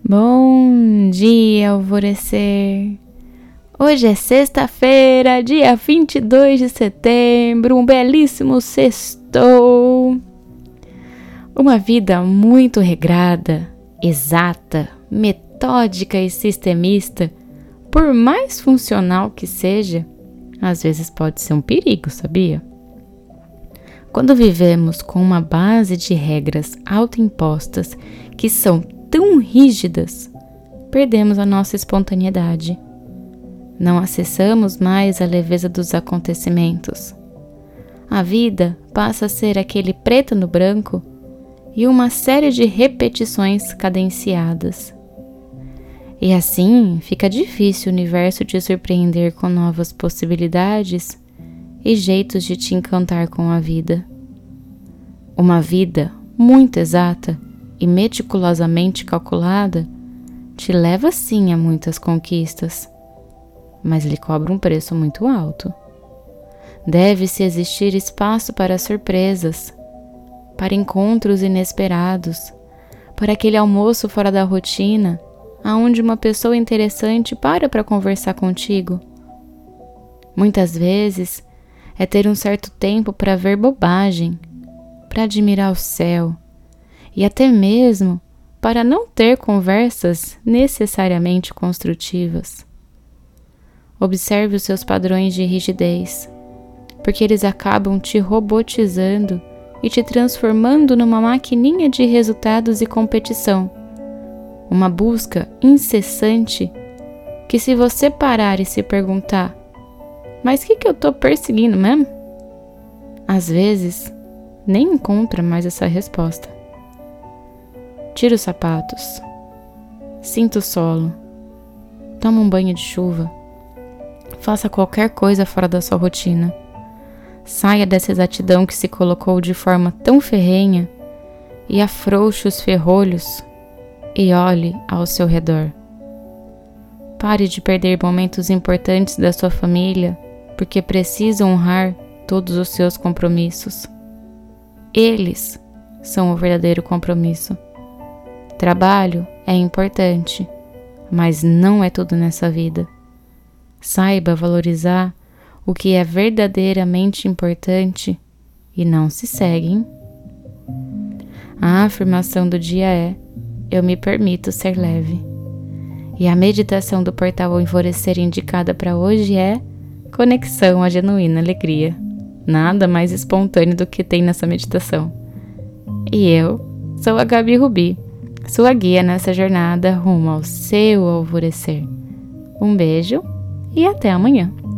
Bom dia, alvorecer! Hoje é sexta-feira, dia 22 de setembro, um belíssimo sextou! Uma vida muito regrada, exata, metódica e sistemista, por mais funcional que seja, às vezes pode ser um perigo, sabia? Quando vivemos com uma base de regras autoimpostas que são tão rígidas, perdemos a nossa espontaneidade. Não acessamos mais a leveza dos acontecimentos. A vida passa a ser aquele preto no branco e uma série de repetições cadenciadas. E assim fica difícil o universo te surpreender com novas possibilidades e jeitos de te encantar com a vida. Uma vida muito exata e meticulosamente calculada te leva sim a muitas conquistas, mas lhe cobra um preço muito alto. Deve-se existir espaço para surpresas, para encontros inesperados, para aquele almoço fora da rotina, aonde uma pessoa interessante para conversar contigo. Muitas vezes é ter um certo tempo para ver bobagem, para admirar o céu, e até mesmo para não ter conversas necessariamente construtivas. Observe os seus padrões de rigidez, porque eles acabam te robotizando e te transformando numa maquininha de resultados e competição, uma busca incessante que, se você parar e se perguntar, mas o que eu estou perseguindo mesmo? Às vezes, nem encontra mais essa resposta. Tira os sapatos, sinta o solo, toma um banho de chuva, faça qualquer coisa fora da sua rotina. Saia dessa exatidão que se colocou de forma tão ferrenha e afrouxe os ferrolhos e olhe ao seu redor. Pare de perder momentos importantes da sua família porque precisa honrar todos os seus compromissos. Eles são o verdadeiro compromisso. Trabalho é importante, mas não é tudo nessa vida. Saiba valorizar o que é verdadeiramente importante e não se segue, hein? A afirmação do dia é: eu me permito ser leve. E a meditação do portal Alvorecer indicada para hoje é conexão à genuína alegria. Nada mais espontâneo do que tem nessa meditação. E eu sou a Gabi Rubi, sua guia nessa jornada rumo ao seu alvorecer. Um beijo e até amanhã.